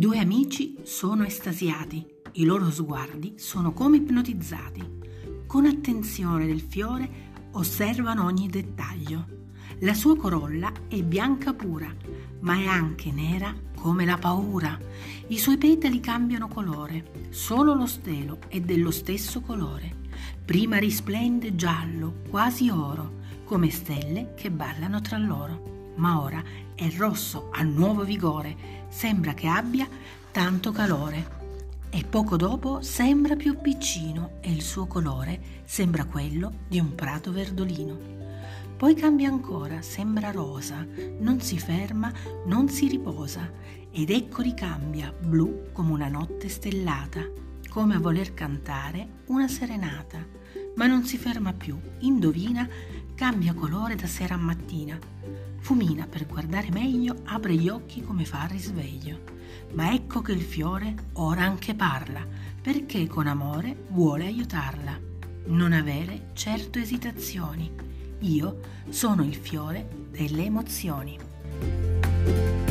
due amici sono estasiati, i loro sguardi sono come ipnotizzati. Con attenzione del fiore osservano ogni dettaglio. La sua corolla è bianca pura, ma è anche nera come la paura. I suoi petali cambiano colore, solo lo stelo è dello stesso colore. Prima risplende giallo, quasi oro, come stelle che ballano tra loro. Ma ora è rosso, ha nuovo vigore, sembra che abbia tanto calore. E poco dopo sembra più piccino e il suo colore sembra quello di un prato verdolino. Poi cambia ancora, sembra rosa, non si ferma, non si riposa, ed ecco ricambia, blu come una notte stellata, come a voler cantare una serenata. Ma non si ferma più, indovina, cambia colore da sera a mattina. Fumina per guardare meglio, apre gli occhi come fa a risveglio. Ma ecco che il fiore ora anche parla, perché con amore vuole aiutarla. Non avere certo esitazioni. Io sono il fiore delle emozioni.